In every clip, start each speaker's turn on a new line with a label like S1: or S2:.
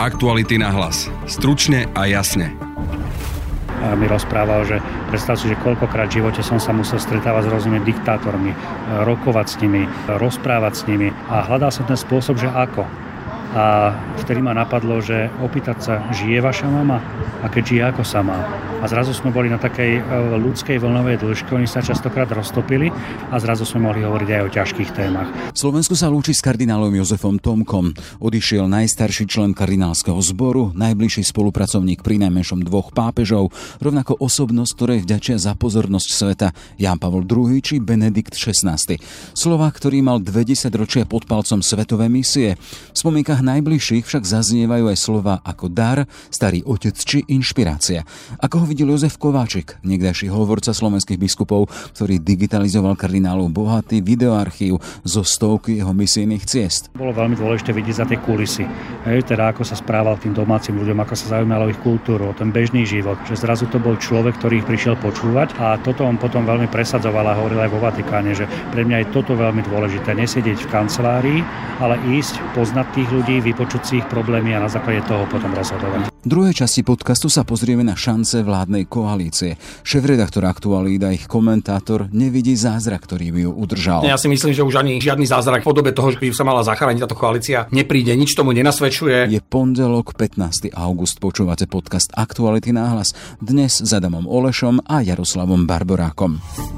S1: Aktuality na hlas. Stručne a jasne.
S2: Mi rozprával, že predstav si, že koľkokrát v živote som sa musel stretávať s rôznymi diktátormi, rokovať s nimi, rozprávať s nimi a hľadal som ten spôsob, že ako. A vtedy ma napadlo, že opýtať sa, žije vaša mama? A keď žije, ako sa má? A zrazu sme boli na takej ľudskej vlnovej dĺžke, oni sa častokrát roztopili a zrazu sme mohli hovoriť aj o ťažkých témach.
S3: Slovensko sa lúči s kardinálom Jozefom Tomkom. Odišiel najstarší člen kardinálskeho zboru, najbližší spolupracovník pri najmenšom dvoch pápežov, rovnako osobnosť, ktorej vďačia za pozornosť sveta Ján Pavol II či Benedikt XVI. Slovák, ktorý mal 20 ročia pod palcom svetovej misie. V spomienkach najbližších však zaznievajú aj slova ako dar, starý otec či inšpirácia. Ako ho videl Jozef Kováčik, niekdajší hovorca slovenských biskupov, ktorý digitalizoval kardinálov bohatý videoarchív zo stovky jeho misijných ciest.
S2: Bolo veľmi dôležité vidieť za tie kulisy. Teda ako sa správal tým domácim ľuďom, ako sa zaujímalo ich kultúru, o ten bežný život. Že zrazu to bol človek, ktorý ich prišiel počúvať a toto on potom veľmi presadzoval a hovoril aj vo Vatikáne, že pre mňa je toto veľmi dôležité. Nesedieť v kancelárii, ale ísť, poznať tých ľudí, vypočuť si ich problémy a na základe toho potom rozhodovať.
S3: V druhej časti podcastu sa pozrieme na šance vládnej koalície. Šéfredaktor Aktualít a ich komentátor nevidí zázrak, ktorý by ju udržal.
S4: Ja si myslím, že už ani žiadny zázrak v podobe toho, že by sa mala zachrániť táto koalícia, nepríde. Nič tomu nenasvedčuje.
S3: Je pondelok 15. august, počúvate podcast Aktuality na hlas. Dnes s Adamom Olešom a Jaroslavom Barborákom.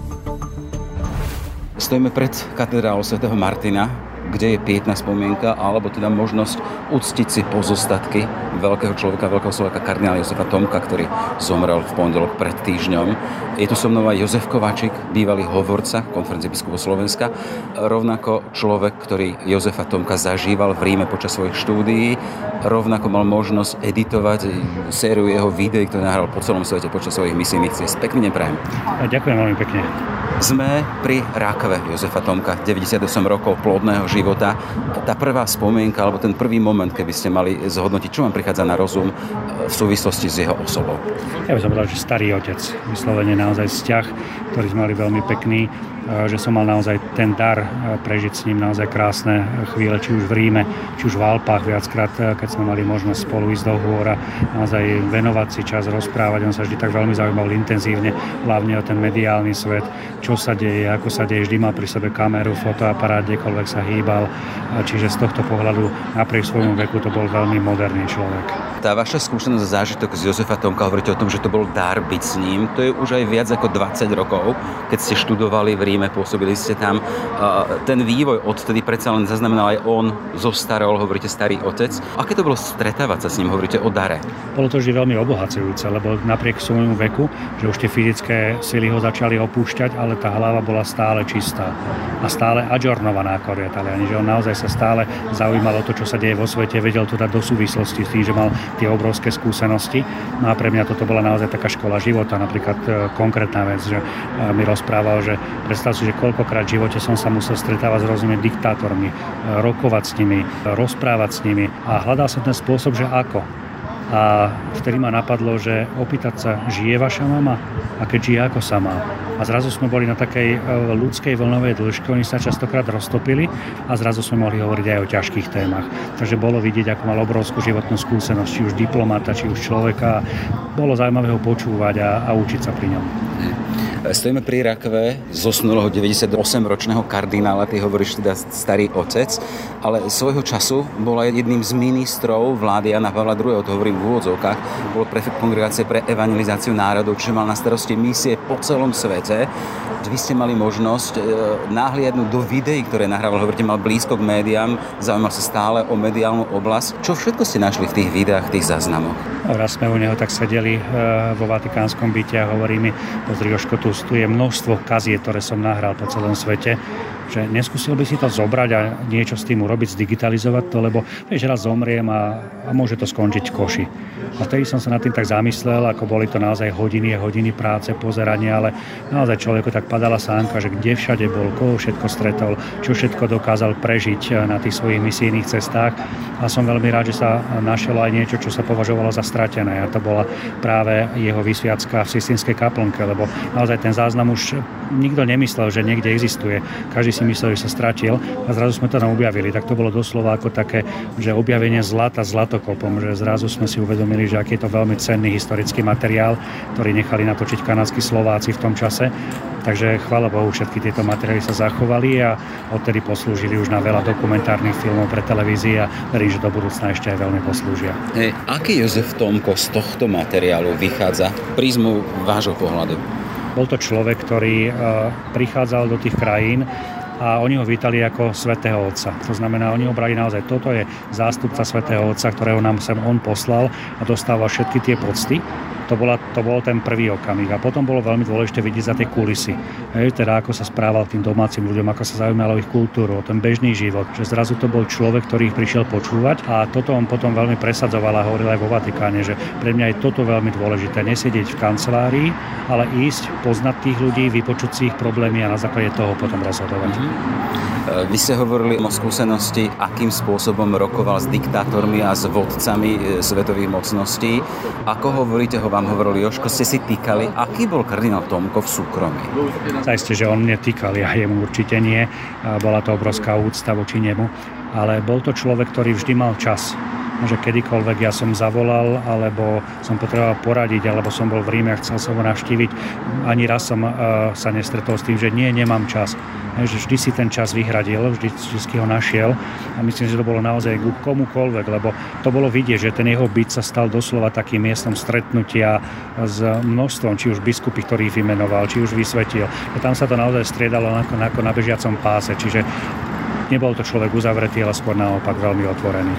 S3: Stojíme pred katedrálou svätého Martina, kde je pietná spomienka, alebo teda možnosť uctiť si pozostatky veľkého Slováka kardinála Jozefa Tomka, ktorý zomrel v pondelok pred týždňom. Je tu so mnou aj Jozef Kováčik, bývalý hovorca Konferencie biskupov Slovenska, rovnako človek, ktorý Jozefa Tomka zažíval v Ríme počas svojich štúdií, rovnako mal možnosť editovať sériu jeho videí, ktoré nahral po celom svete počas svojich misijných ciest. Pekný deň prajem.
S2: Ďakujem veľmi pekne.
S3: Sme pri rákve Jozefa Tomka, 98 rokov plodného života. Tá prvá spomienka, alebo ten prvý moment, keby ste mali zhodnotiť, čo vám prichádza na rozum v súvislosti s jeho osobou?
S2: Ja by som povedal, že starý otec. Vyslovene naozaj vzťah, ktorý sme mali veľmi pekný, že som mal naozaj ten dar prežiť s ním naozaj krásne chvíle, či už v Ríme, či už v Alpách viackrát, keď sme mali možnosť spolu ísť do hôr a naozaj venovať si čas, rozprávať. On sa vždy tak veľmi zaujímal intenzívne, hlavne o ten mediálny svet, čo sa deje, ako sa deje. Vždy mal pri sebe kameru, fotoaparát, kdekoľvek sa hýbal. Čiže z tohto pohľadu napriek svojmu veku to bol veľmi moderný človek.
S3: Tá vaša skúsenosť a zážitok z Jozefa Tomka, hovoríte o tom, že to bol dar byť s ním. To je už aj viac ako 20 rokov, keď ste študovali v Ríme, pôsobili ste tam. Ten vývoj odtedy predsa len zaznamenal aj on, zostarol, hovoríte starý otec. Aké to bolo stretávať sa s ním, hovoríte o dare?
S2: Bolo to vždy veľmi obohacujúce, lebo napriek svojmu veku, že už tie fyzické sily ho začali opúšťať, ale tá hlava bola stále čistá a stále adžornovaná, ako Taliani, že on naozaj sa stále zaujímal o to, čo sa deje vo svete, vedel to dať do súvislosti s tým, že mal tie obrovské skúsenosti. No a pre mňa toto bola naozaj taká škola života, napríklad konkrétna vec, že mi rozprával, že predstav si, že koľkokrát v živote som sa musel stretávať s rôznymi diktátormi, rokovať s nimi, rozprávať s nimi a hľadal som ten spôsob, že ako. A vtedy ma napadlo, že opýtať sa, žije vaša mama? A keď žije, ako sa má? A zrazu sme boli na takej ľudskej vlnovej dĺžke, oni sa častokrát roztopili a zrazu sme mohli hovoriť aj o ťažkých témach. Takže bolo vidieť, ako mal obrovskú životnú skúsenosť, či už diplomata, či už človeka. Bolo zaujímavé ho počúvať a učiť sa pri ňom.
S3: Stojíme pri rakve zosnulého 98-ročného kardinála, ty hovoríš teda starý otec, ale svojho času bol aj jedným z ministrov vlády Jana Pavla II, to hovorím v úvodzovkách, bol prefekt kongregácie pre evangelizáciu národov, čiže mal na starosti misie po celom svete. Vy ste mali možnosť nahliadnúť do videí, ktoré nahrával, hovoríte, mal blízko k médiám, zaujímal sa stále o mediálnu oblasť. Čo všetko ste našli v tých videách, tých záznamoch?
S2: Raz sme u neho tak sedeli vo vatikánskom byte a hovorí mi, pozri Jožko, tu je množstvo kaziet, ktoré som nahral po celom svete, že neskúsil by si to zobrať a niečo s tým urobiť, zdigitalizovať to, lebo vieš, raz zomriem a môže to skončiť v koši. A vtedy som sa nad tým tak zamyslel, ako boli to naozaj hodiny a hodiny práce, pozerania, ale naozaj človeku tak padala sánka, že kde všade bol, koho všetko stretol, čo všetko dokázal prežiť na tých svojich misijných cestách. A som veľmi rád, že sa našlo aj niečo, čo sa považovalo za stratené. A to bola práve jeho vysviacka v Sistínskej kaplnke, lebo naozaj ten záznam už nikto nemyslel, že niekde existuje. Každý si mysleli, že sa stratil a zrazu sme to tam objavili. Tak to bolo doslova ako také, že objavenie zlata zlatokopom, že zrazu sme si uvedomili, že aký je to veľmi cenný historický materiál, ktorý nechali natočiť kanadskí Slováci v tom čase. Takže chvála Bohu, všetky tieto materiály sa zachovali a odtedy poslúžili už na veľa dokumentárnych filmov pre televízii a verím, že do budúcna ešte aj veľmi poslúžia.
S3: Aký Jozef Tomko z tohto materiálu vychádza prízmu vášho pohľadu?
S2: Bol to človek, ktorý prichádzal do tých krajín a oni ho vítali ako svätého otca. To znamená, oni ho brali naozaj, toto je zástupca svätého otca, ktorého nám sem on poslal a dostával všetky tie pocty. To bol ten prvý okamih. A potom bolo veľmi dôležité vidieť za tie kulisy. Teda ako sa správal tým domácim ľuďom, ako sa zaujímalo ich kultúru, o ten bežný život. Že zrazu to bol človek, ktorý ich prišiel počúvať a toto on potom veľmi presadzoval a hovoril aj vo Vatikáne, že pre mňa je toto veľmi dôležité. Nesedieť v kancelárii, ale ísť, poznať tých ľudí, vypočuť si ich problémy a na základe toho potom rozhodovať.
S3: Vy ste hovorili o skúsenosti, akým spôsobom rokoval s diktátormi a s vodcami svetových mocností. Ako hovoríte, vám hovoril Jožko, ste si týkali, aký bol kardinál Tomko v súkromí?
S2: Zajisté, že on mne týkal, ja jemu určite nie. Bola to obrovská úcta voči nemu. Ale bol to človek, ktorý vždy mal čas. Že kedykoľvek ja som zavolal, alebo som potreboval poradiť, alebo som bol v Ríme a chcel som ho navštíviť, ani raz som sa nestretol s tým, že nemám čas. Že vždy si ten čas vyhradil, vždy ho našiel a myslím, že to bolo naozaj ku komukoľvek, lebo to bolo vidieť, že ten jeho byt sa stal doslova takým miestom stretnutia s množstvom, či už biskupy, ktorých vymenoval, či už vysvetil. A tam sa to naozaj striedalo ako na bežiacom páse, čiže nebol to človek uzavretý, ale skôr naopak veľmi otvorený.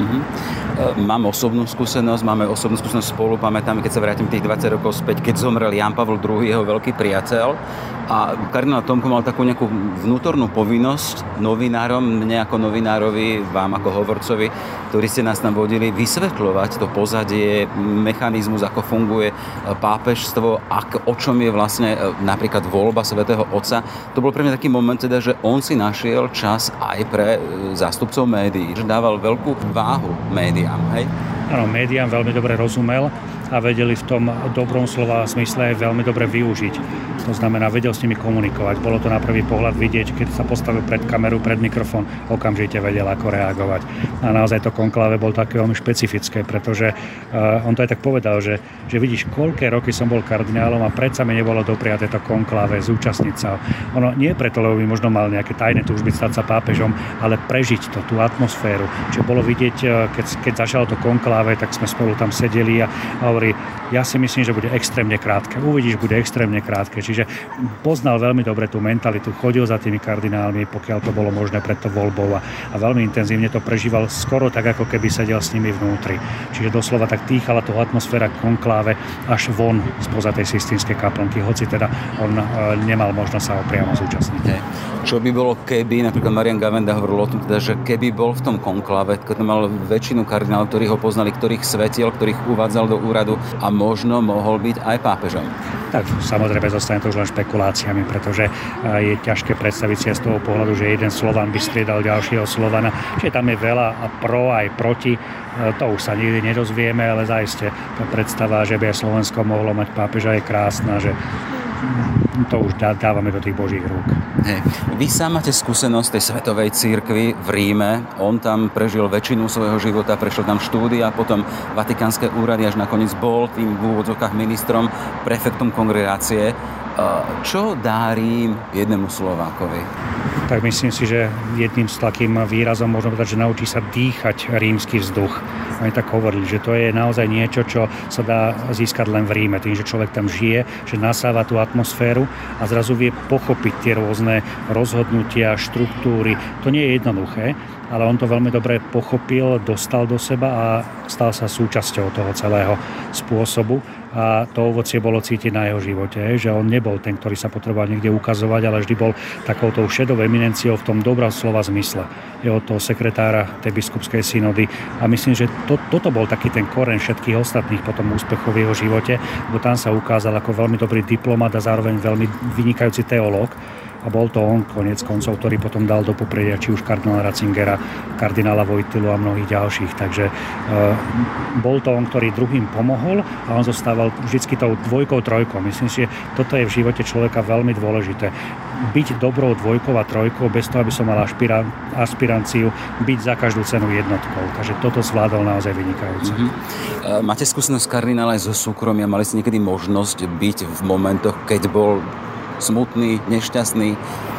S3: Máme osobnú skúsenosť spolu. Pamätáme, keď sa vrátim tých 20 rokov späť, keď zomrel Ján Pavol II, jeho veľký priateľ. A kardinál Tomko mal takú nejakú vnútornú povinnosť novinárom, mne ako novinárovi, vám ako hovorcovi, ktorí ste nás tam vodili, vysvetľovať to pozadie, mechanizmus, ako funguje pápežstvo, o čom je vlastne napríklad voľba svätého Otca. To bol pre mňa taký moment, teda, že on si našiel čas aj pre zástupcov médií, že dával veľkú váhu médiám, hej?
S2: Áno, médiám veľmi dobre rozumel a vedeli v tom dobrom slova zmysle aj veľmi dobre využiť. To znamená, vedel s nimi komunikovať. Bolo to na prvý pohľad vidieť, keď sa postavil pred kameru, pred mikrofón, okamžite vedel, ako reagovať. A naozaj to konkláve bol také veľmi špecifické, pretože on to aj tak povedal, že vidíš, koľké roky som bol kardinálom a predsa mi nebolo dopriaté to konkláve zúčastniť sa. Ono nie preto, lebo by možno mal nejaké tajné túžby stať sa pápežom, ale prežiť to, tú atmosféru. Čiže bolo vidieť, keď začalo to konkláve, tak sme spolu tam sedeli a hovorí, ja si myslím, že bude extrémne krátke. Uvidíš, bude extrémne krátke. Čiže poznal veľmi dobre tú mentalitu, chodil za tými kardinálmi, pokiaľ to bolo možné pred to voľbou a veľmi intenzívne to prežíval skoro tak, ako keby sedel s nimi vnútri. Čiže doslova tak dýchala tú atmosféra konkláve až von spoza tej Sistínskej kaplnky, hoci teda on nemal možnosť sa ho priamo zúčastniť.
S3: Čo by bolo, keby, napríklad Marian Gavenda hovoril o tom, teda, že keby bol v tom konkláve, keď mal väčšinu kardinálov, ktorí ho poznali, ktorých svetil, ktorých uvádzal do úradu a možno mohol byť aj pápežom.
S2: Tak samozrejme zostane to už len špekuláciami, pretože je ťažké predstaviť si z toho pohľadu, že jeden Slovan by striedal ďalšieho Slovana. Čiže tam je veľa a pro aj proti. To už sa nikdy nedozvieme, ale zaiste tá predstava, že by aj Slovensko mohlo mať pápeža, je krásna, že to už dávame do tých božích rúk.
S3: Vy sám máte skúsenosť tej svetovej cirkvi v Ríme. On tam prežil väčšinu svojho života, prešiel tam štúdia, potom vatikánske úrady, až nakoniec bol tým v úvodzovkách ministrom, prefektom kongregácie. Čo dá Rím jednému Slovákovi?
S2: Tak myslím si, že jedným z takým výrazom môžem povedať, že naučí sa dýchať rímsky vzduch. Oni tak hovorili, že to je naozaj niečo, čo sa dá získať len v Ríme. Tým, že človek tam žije, že nasáva tú atmosféru a zrazu vie pochopiť tie rôzne rozhodnutia, štruktúry. To nie je jednoduché, ale on to veľmi dobre pochopil, dostal do seba a stal sa súčasťou toho celého spôsobu. A to ovocie bolo cítiť na jeho živote, že on nebol ten, ktorý sa potreboval niekde ukazovať, ale vždy bol takouto šedou eminenciou v tom dobrá slova zmysle. Je od toho sekretára tej biskupskej synody. A myslím, že toto bol taký ten koreň všetkých ostatných potom úspechov v jeho živote, bo tam sa ukázal ako veľmi dobrý diplomat a zároveň veľmi vynikajúci teológ. A bol to on, koniec koncov, ktorý potom dal do popredia či už kardinála Ratzingera, kardinála Vojtilu a mnohých ďalších. Takže bol to on, ktorý druhým pomohol a on zostával vždycky tou dvojkou, trojkou. Myslím si, že toto je v živote človeka veľmi dôležité. Byť dobrou dvojkou a trojkou bez toho, aby som mal aspiranciu byť za každú cenu jednotkou. Takže toto zvládol naozaj vynikajúco.
S3: Máte skúsenosť kardinála aj zo súkromia? Mali ste niekedy možnosť byť v momentoch, keď bol smutný, nešťastný?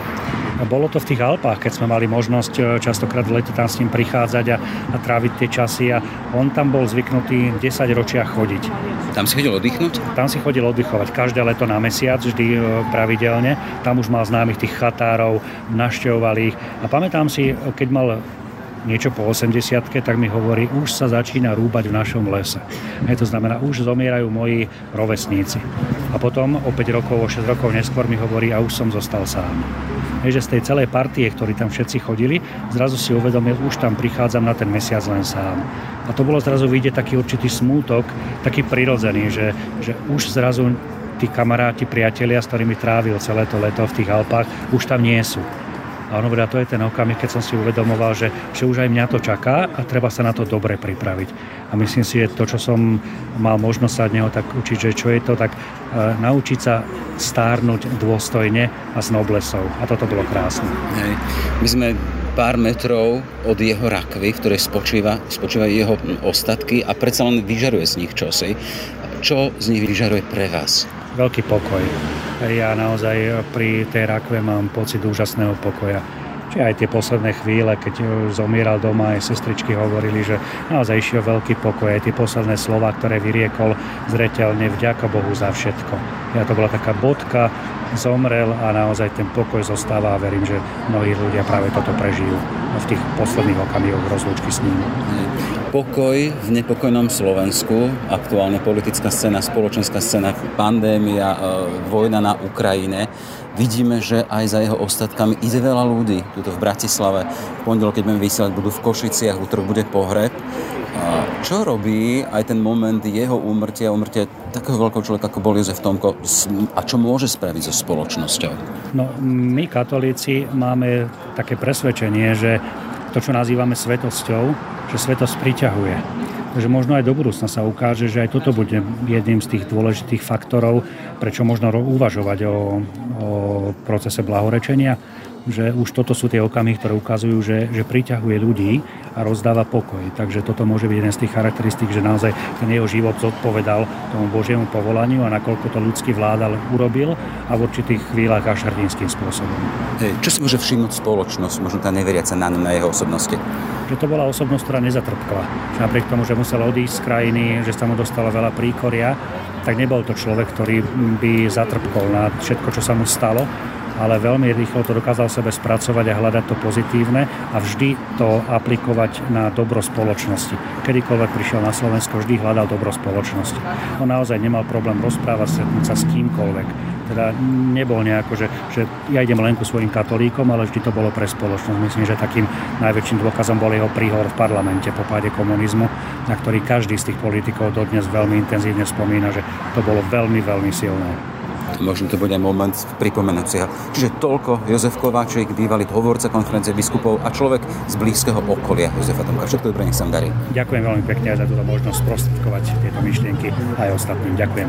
S2: Bolo to v tých Alpách, keď sme mali možnosť častokrát v lete tam s ním prichádzať a tráviť tie časy a on tam bol zvyknutý 10 ročia chodiť.
S3: Tam si chodil oddychnúť?
S2: Tam si chodil oddychovať každé leto na mesiac, vždy pravidelne. Tam už mal známych tých chatárov, navštevovali ich a pamätám si, keď mal niečo po 80-ke, tak mi hovorí, už sa začína rúbať v našom lese. To znamená, už zomierajú moji rovesníci. A potom o 5 rokov, o 6 rokov neskôr mi hovorí, a už som zostal sám. Že z tej celej partie, ktorí tam všetci chodili, zrazu si uvedomil, už tam prichádzam na ten mesiac len sám. A to bolo zrazu vidieť taký určitý smútok, taký prirodzený, že už zrazu tí kamaráti, priatelia, s ktorými trávil celé to leto v tých Alpách, už tam nie sú. A on hovorí, to je ten okamih, keď som si uvedomoval, že už aj mňa to čaká a treba sa na to dobre pripraviť. A myslím si, že to, čo som mal možnosť sa od neho tak učiť, že čo je to, tak naučiť sa stárnuť dôstojne a s noblesou. A toto bolo krásne.
S3: Hej. My sme pár metrov od jeho rakvy, v ktorej spočívajú jeho ostatky a predsa len vyžaruje z nich čosi. Čo z nich vyžaruje pre vás?
S2: Veľký pokoj. Ja naozaj pri tej rakve mám pocit úžasného pokoja. Čiže aj tie posledné chvíle, keď zomieral doma, aj sestričky hovorili, že naozaj išiel veľký pokoj. Aj tie posledné slova, ktoré vyriekol zreteľne, vďaka Bohu za všetko. Ja to bola taká bodka, zomrel a naozaj ten pokoj zostáva a verím, že mnohí ľudia práve toto prežijú v tých posledných okamihoch rozlúčky s ním.
S3: Pokoj v nepokojnom Slovensku, aktuálne politická scéna, spoločenská scéna, pandémia, vojna na Ukrajine. Vidíme, že aj za jeho ostatkami ide veľa ľudí tuto v Bratislave. V pondelok, keď budeme vysielať, budú v Košiciach, v útorok bude pohreb. Čo robí aj ten moment jeho úmrtia takého veľkého človeka, ako bol Jozef Tomko, a čo môže spraviť so spoločnosťou? No,
S2: my katolíci máme také presvedčenie, že to, čo nazývame svetosťou, že svetosť priťahuje. Takže možno aj do budúcna sa ukáže, že aj toto bude jedným z tých dôležitých faktorov, prečo možno uvažovať o procese blahorečenia, že už toto sú tie okamihy, ktoré ukazujú, že priťahuje ľudí a rozdáva pokoj. Takže toto môže byť jeden z tých charakteristík, že naozaj ten jeho život zodpovedal tomu Božiemu povolaniu a nakoľko to ľudský vládal urobil a v určitých chvíľach až hrdinským spôsobom.
S3: Čo si môže všimnúť spoločnosť, možno tá neveriaca na jeho osobnosti?
S2: Že to bola osobnosť, ktorá nezatrpkla. Že napriek tomu, že musel odísť z krajiny, že sa mu dostalo veľa príkoria, tak nebol to človek, ktorý by zatrpkol na všetko, čo sa mu stalo, ale veľmi rýchlo to dokázal sebe spracovať a hľadať to pozitívne a vždy to aplikovať na dobro spoločnosti. Kedykoľvek prišiel na Slovensko, vždy hľadal dobro spoločnosti. On naozaj nemal problém rozprávať sa s kýmkoľvek. Teda nebol nejako, že ja idem len ku svojim katolíkom, ale vždy to bolo pre spoločnosť. Myslím, že takým najväčším dôkazom bol jeho príhovor v parlamente po páde komunizmu, na ktorý každý z tých politikov dodnes veľmi intenzívne spomína, že to bolo veľmi, veľmi silné.
S3: Možno to bude moment pripomenúť si ho. Čiže toľko Jozef Kováčik, bývalý hovorca konferencie biskupov a človek z blízkeho okolia Jozefa Tomka. Všetko dobré, nech sa vám darí.
S2: Ďakujem veľmi pekne aj za túto možnosť sprostredkovať tieto myšlienky aj ostatným. Ďakujem.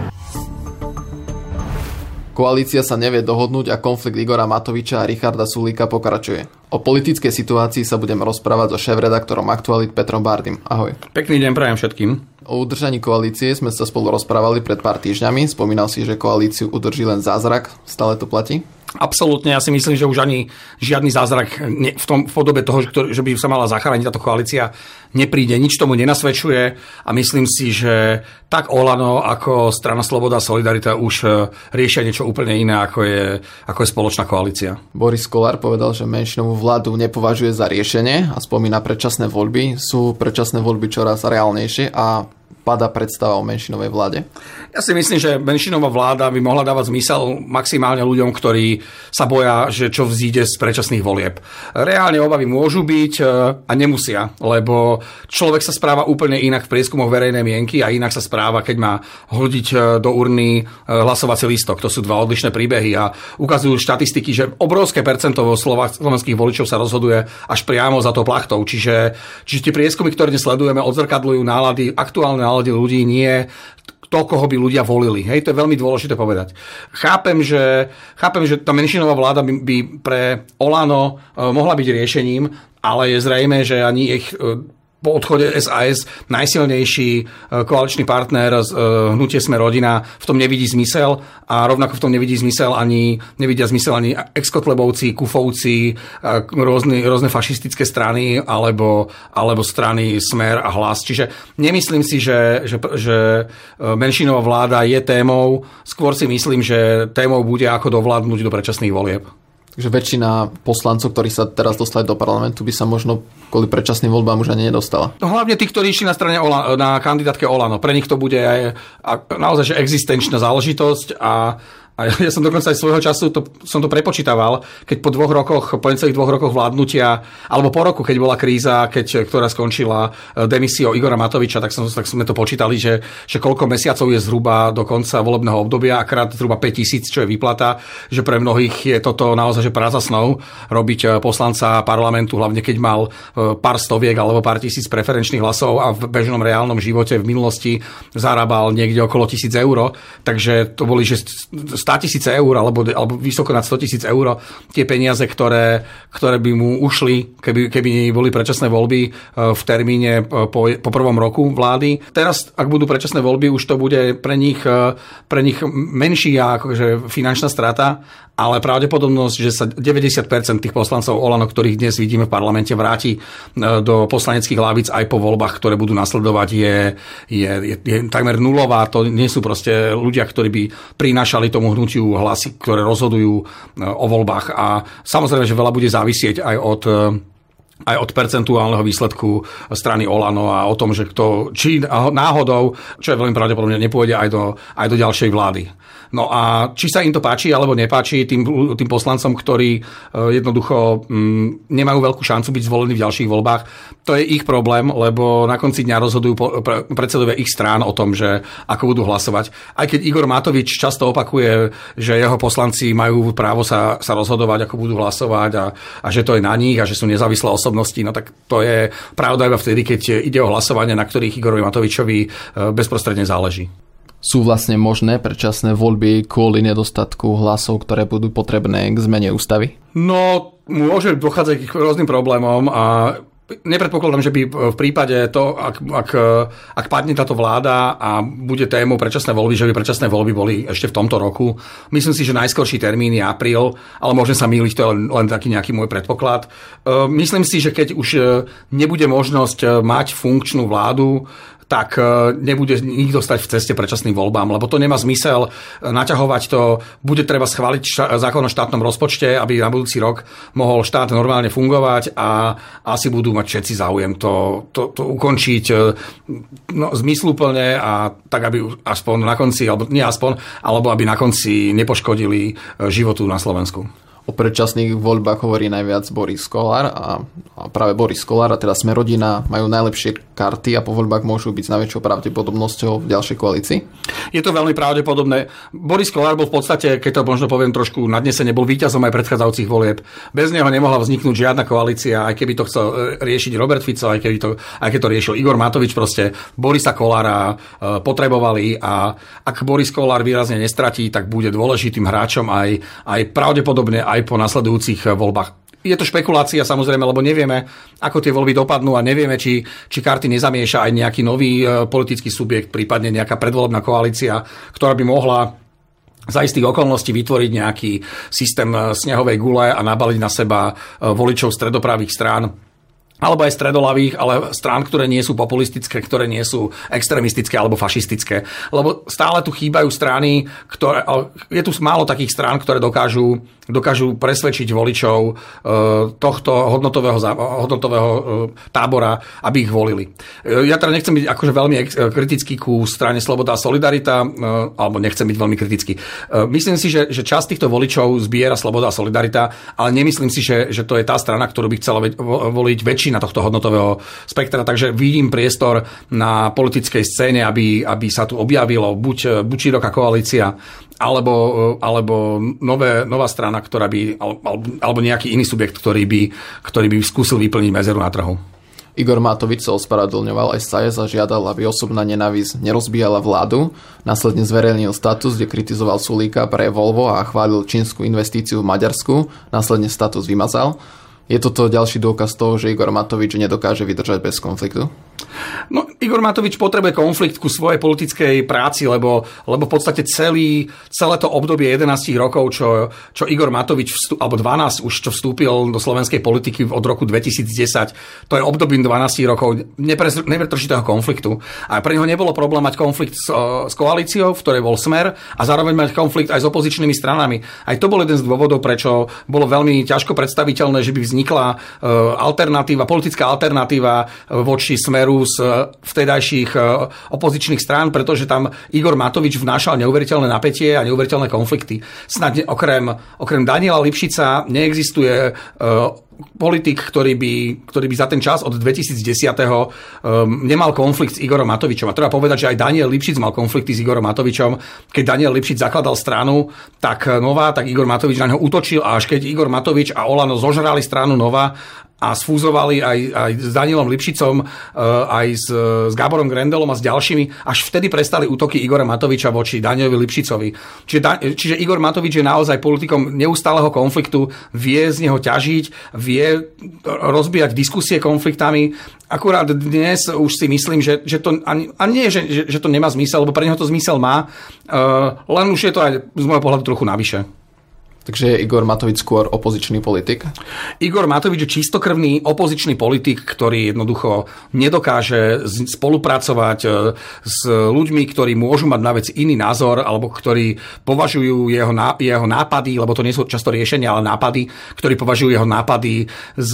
S5: Koalícia sa nevie dohodnúť a konflikt Igora Matoviča a Richarda Sulíka pokračuje. O politickej situácii sa budeme rozprávať so šéfredaktorom Aktualít Petrom Bardym. Ahoj.
S4: Pekný deň prajem všetkým.
S5: O udržaní koalície sme sa spolu rozprávali pred pár týždňami. Spomínal si, že koalíciu udrží len zázrak. Stále to platí?
S4: Absolútne, ja si myslím, že už ani žiadny zázrak v podobe toho, že by sa mala zachrániť táto koalícia, nepríde. Nič tomu nenasvedčuje a myslím si, že tak Olano ako strana Sloboda a Solidarita už riešia niečo úplne iné, ako je spoločná koalícia.
S5: Boris Kollár povedal, že menšinovú vládu nepovažuje za riešenie a spomína predčasné voľby. Sú predčasné voľby čoraz reálnejšie a padá predstava o menšinovej vláde?
S4: Ja si myslím, že menšinová vláda by mohla dávať zmysel maximálne ľuďom, ktorí sa boja, že čo vzíde z predčasných volieb. Reálne obavy môžu byť a nemusia, lebo človek sa správa úplne inak v prieskumoch verejnej mienky a inak sa správa, keď má hodiť do urny hlasovací lístok. To sú dva odlišné príbehy a ukazujú štatistiky, že obrovské percento slovenských voličov sa rozhoduje až priamo za to plachtou. Čiže tie prieskumy, ktoré dnes sledujeme, odzrkadľujú nálady, aktuálne nálady ľudí, nie to, koho by ľudia volili. Hej, to je veľmi dôležité povedať. Chápem, že tá menšinová vláda by pre Olano mohla byť riešením, ale je zrejme, že ani ich po odchode SAS najsilnejší koaličný partner hnutie Sme rodina v tom nevidí zmysel a rovnako v tom nevidia zmysel ani ex-kotlebovci, kufovci, rôzne fašistické strany alebo strany Smer a Hlas. Čiže nemyslím si, že menšinová vláda je témou. Skôr si myslím, že témou bude, ako dovládnuť do predčasných volieb.
S5: Takže väčšina poslancov, ktorí sa teraz dostali do parlamentu, by sa možno kvôli predčasným voľbám už ani nedostala.
S4: No, hlavne tí, ktorí išli na strane na kandidátke Olano. Pre nich to bude aj naozaj že existenčná záležitosť a ja som dokonca aj svojho času som to prepočítaval, keď po necelých 2 rokoch vládnutia, alebo po roku, keď bola kríza, ktorá skončila demisiou Igora Matoviča, tak sme to počítali, že koľko mesiacov je zhruba do konca volebného obdobia, akrát zhruba 5 000, čo je výplata, že pre mnohých je toto naozaj že práca snov robiť poslanca parlamentu, hlavne keď mal pár stoviek alebo pár tisíc preferenčných hlasov a v bežnom reálnom živote v minulosti zarábal niekde okolo 1 000 eur, takže to boli, že 100 000 eur alebo vysoko nad 100 000 eur tie peniaze, ktoré by mu ušli, keby boli predčasné voľby v termíne po prvom roku vlády. Teraz, ak budú predčasné voľby, už to bude pre nich menšia akože finančná strata, ale pravdepodobnosť, že sa 90% tých poslancov Olano, ktorých dnes vidíme v parlamente, vráti do poslaneckých lavíc aj po voľbách, ktoré budú nasledovať, je takmer nulová. To nie sú proste ľudia, ktorí by prinášali tomu hnutiu hlasy, ktoré rozhodujú o voľbách. A samozrejme, že veľa bude závisieť aj od percentuálneho výsledku strany Olano a o tom, že či náhodou, čo je veľmi pravdepodobne, nepôjde aj do ďalšej vlády. No a či sa im to páči alebo nepáči tým poslancom, ktorí jednoducho nemajú veľkú šancu byť zvolení v ďalších voľbách, to je ich problém, lebo na konci dňa rozhodujú predsedovia ich strán o tom, že ako budú hlasovať. Aj keď Igor Matovič často opakuje, že jeho poslanci majú právo sa rozhodovať, ako budú hlasovať a že to je na nich a že sú nezávislé osobnosti, no tak to je pravda iba vtedy, keď ide o hlasovanie, na ktorých Igorovi Matovičovi bezprostredne záleží.
S5: Sú vlastne možné predčasné voľby kvôli nedostatku hlasov, ktoré budú potrebné k zmene ústavy?
S4: No, môže dochádzať k rôznym problémom a nepredpokladám, že by v prípade to, ak padne táto vláda a bude témou predčasné voľby, že by predčasné voľby boli ešte v tomto roku. Myslím si, že najskorší termín je apríl, ale môžem sa mýliť, to je len taký nejaký môj predpoklad. Myslím si, že keď už nebude možnosť mať funkčnú vládu, tak nebude nikto stať v ceste predčasným voľbám, lebo to nemá zmysel naťahovať to. Bude treba schváliť zákon o štátnom rozpočte, aby na budúci rok mohol štát normálne fungovať a asi budú mať všetci záujem to ukončiť zmysluplne a tak, aby aspoň na konci, alebo nie aspoň, alebo aby na konci nepoškodili životu na Slovensku.
S5: O predčasných voľbách hovorí najviac Boris Kollár a práve Boris Kollár a teda Sme rodina majú najlepšie karty a po voľbách môžu byť s najväčšou pravdepodobnosťou v ďalšej koalícii? Je
S4: to veľmi pravdepodobné. Boris Kollár bol v podstate, keď to možno poviem trošku nadnesene, bol víťazom aj predchádzajúcich volieb. Bez neho nemohla vzniknúť žiadna koalícia, aj keby to chcel riešiť Robert Fico, aj keď to riešil Igor Matovič, proste Borisa Kollára potrebovali a ak Boris Kollár výrazne nestratí, tak bude dôležitým hráčom aj pravdepodobne aj po nasledujúcich voľbách. Je to špekulácia samozrejme, lebo nevieme, ako tie voľby dopadnú a nevieme, či karty nezamieša aj nejaký nový politický subjekt, prípadne nejaká predvolebná koalícia, ktorá by mohla za istých okolností vytvoriť nejaký systém snehovej gule a nabaliť na seba voličov stredopravých strán. alebo aj stredolavých, ale strán, ktoré nie sú populistické, ktoré nie sú extrémistické alebo fašistické. Lebo stále tu chýbajú strany, je tu málo takých strán, ktoré dokážu presvedčiť voličov tohto hodnotového tábora, aby ich volili. Ja teda nechcem byť akože veľmi kritický ku strane Sloboda a Solidarita, alebo nechcem byť veľmi kritický. Myslím si, že časť týchto voličov zbiera Sloboda a Solidarita, ale nemyslím si, že to je tá strana, ktorú by chcela voliť väčšina tohto hodnotového spektra, takže vidím priestor na politickej scéne, aby sa tu objavilo buď široká koalícia, alebo nová strana, ktorá by, alebo nejaký iný subjekt, ktorý by skúsil vyplniť medzeru na trhu.
S5: Igor Matovič sa ospravedlňoval aj SAS a žiadal, aby osobná nenávisť nerozbíjala vládu. Následne zverejnil status, kde kritizoval Sulíka pre Volvo a chválil čínsku investíciu v Maďarsku. Následne status vymazal. Je toto ďalší dôkaz toho, že Igor Matovič nedokáže vydržať bez konfliktu?
S4: No, Igor Matovič potrebuje konflikt ku svojej politickej práci, lebo v podstate celé to obdobie 11 rokov, čo Igor Matovič, alebo 12 už, čo vstúpil do slovenskej politiky od roku 2010, to je obdobím 12 rokov nepretržitého konfliktu. A pre neho nebolo problém mať konflikt s koalíciou, v ktorej bol Smer, a zároveň mať konflikt aj s opozičnými stranami. Aj to bol jeden z dôvodov, prečo bolo veľmi ťažko predstaviteľné, že by vznikla politická alternatíva voči Smeru z vtedajších opozičných strán, pretože tam Igor Matovič vnášal neuveriteľné napätie a neuveriteľné konflikty. Snad okrem Daniela Lipšica neexistuje politik, ktorý by za ten čas od 2010. Nemal konflikt s Igorom Matovičom. A treba povedať, že aj Daniel Lipšic mal konflikty s Igorom Matovičom. Keď Daniel Lipšic zakladal stranu, tak Igor Matovič na ňo útočil, a až keď Igor Matovič a Olano zožrali stranu Nova a sfúzovali aj s Danielom Lipšicom, aj s Gáborom Grendelom a s ďalšími, až vtedy prestali útoky Igora Matoviča voči Danielovi Lipšicovi. Čiže Igor Matovič je naozaj politikom neustáleho konfliktu, vie z neho ťažiť, vie rozbíjať diskusie konfliktami. Akurát dnes už si myslím, že to nie je, že to nemá zmysel, lebo pre neho to zmysel má, len už je to aj z môjho pohľadu trochu navyše.
S5: Takže je Igor Matovič skôr opozičný politik?
S4: Igor Matovič je čistokrvný opozičný politik, ktorý jednoducho nedokáže spolupracovať s ľuďmi, ktorí môžu mať na vec iný názor, alebo ktorí považujú jeho nápady, lebo to nie sú často riešenia, ale nápady, ktorí považujú jeho nápady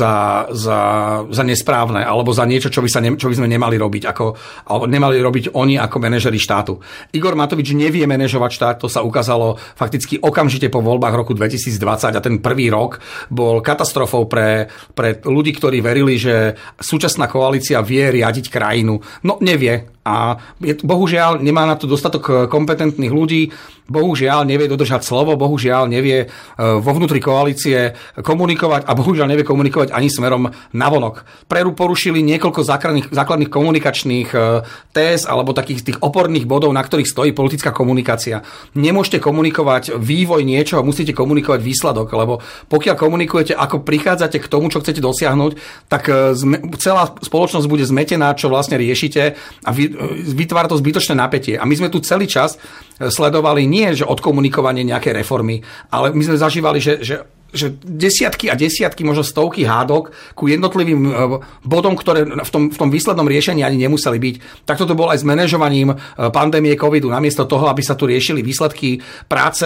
S4: za nesprávne, alebo za niečo, čo by sme nemali robiť, alebo nemali robiť oni ako manažeri štátu. Igor Matovič nevie manažovať štát, to sa ukázalo fakticky okamžite po voľbách roku 2020, a ten prvý rok bol katastrofou pre ľudí, ktorí verili, že súčasná koalícia vie riadiť krajinu. No nevie. A bohužiaľ nemá na to dostatok kompetentných ľudí, bohužiaľ nevie dodržať slovo, bohužiaľ nevie vo vnútri koalície komunikovať a bohužiaľ nevie komunikovať ani smerom navonok. Porušili niekoľko základných komunikačných téz alebo takých tých oporných bodov, na ktorých stojí politická komunikácia. Nemôžete komunikovať vývoj niečoho, musíte komunikovať výsledok, lebo pokiaľ komunikujete, ako prichádzate k tomu, čo chcete dosiahnuť, tak celá spoločnosť bude zmetená, čo vlastne riešite, a vytvára to zbytočné napätie. A my sme tu celý čas sledovali nie, že odkomunikovanie nejaké reformy, ale my sme zažívali, že desiatky a desiatky, možno stovky hádok ku jednotlivým bodom, ktoré v tom výslednom riešení ani nemuseli byť. Takto to bolo aj s manažovaním pandémie covidu. Namiesto toho, aby sa tu riešili výsledky práce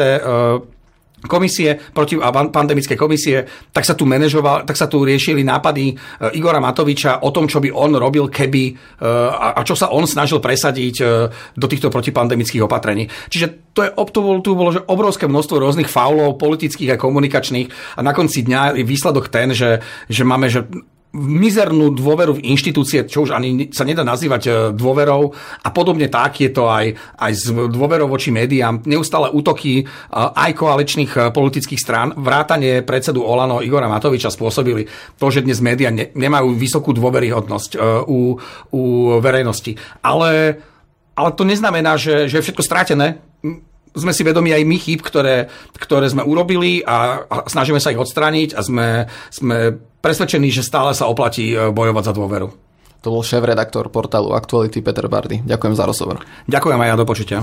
S4: komisie, pandemické komisie, tak sa tu riešili nápady Igora Matoviča o tom, čo by on robil, keby a čo sa on snažil presadiť do týchto protipandemických opatrení. Čiže tu bolo že obrovské množstvo rôznych faulov politických a komunikačných, a na konci dňa je výsledok ten, že máme mizernú dôveru v inštitúcie, čo už ani sa nedá nazývať dôverou, a podobne tak je to aj s dôverou voči médiám. Neustále útoky aj koaličných politických strán, vrátane predsedu Olano Igora Matoviča spôsobili to, že dnes médiá nemajú vysokú dôveryhodnosť u verejnosti. Ale to neznamená, že je všetko strátené. Sme si vedomi aj my chýb, ktoré sme urobili, a snažíme sa ich odstrániť, a sme presvedčení, že stále sa oplatí bojovať za dôveru.
S5: To bol šéf-redaktor portálu Aktuality Peter Bardy. Ďakujem za rozhovor.
S4: Ďakujem aj ja, do počutia.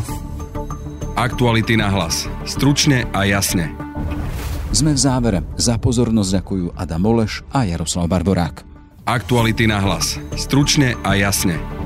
S1: Aktuality na hlas. Stručne a jasne.
S3: Sme v závere. Za pozornosť ďakujú Adam Oleš a Jaroslav Barborák.
S1: Aktuality na hlas. Stručne a jasne.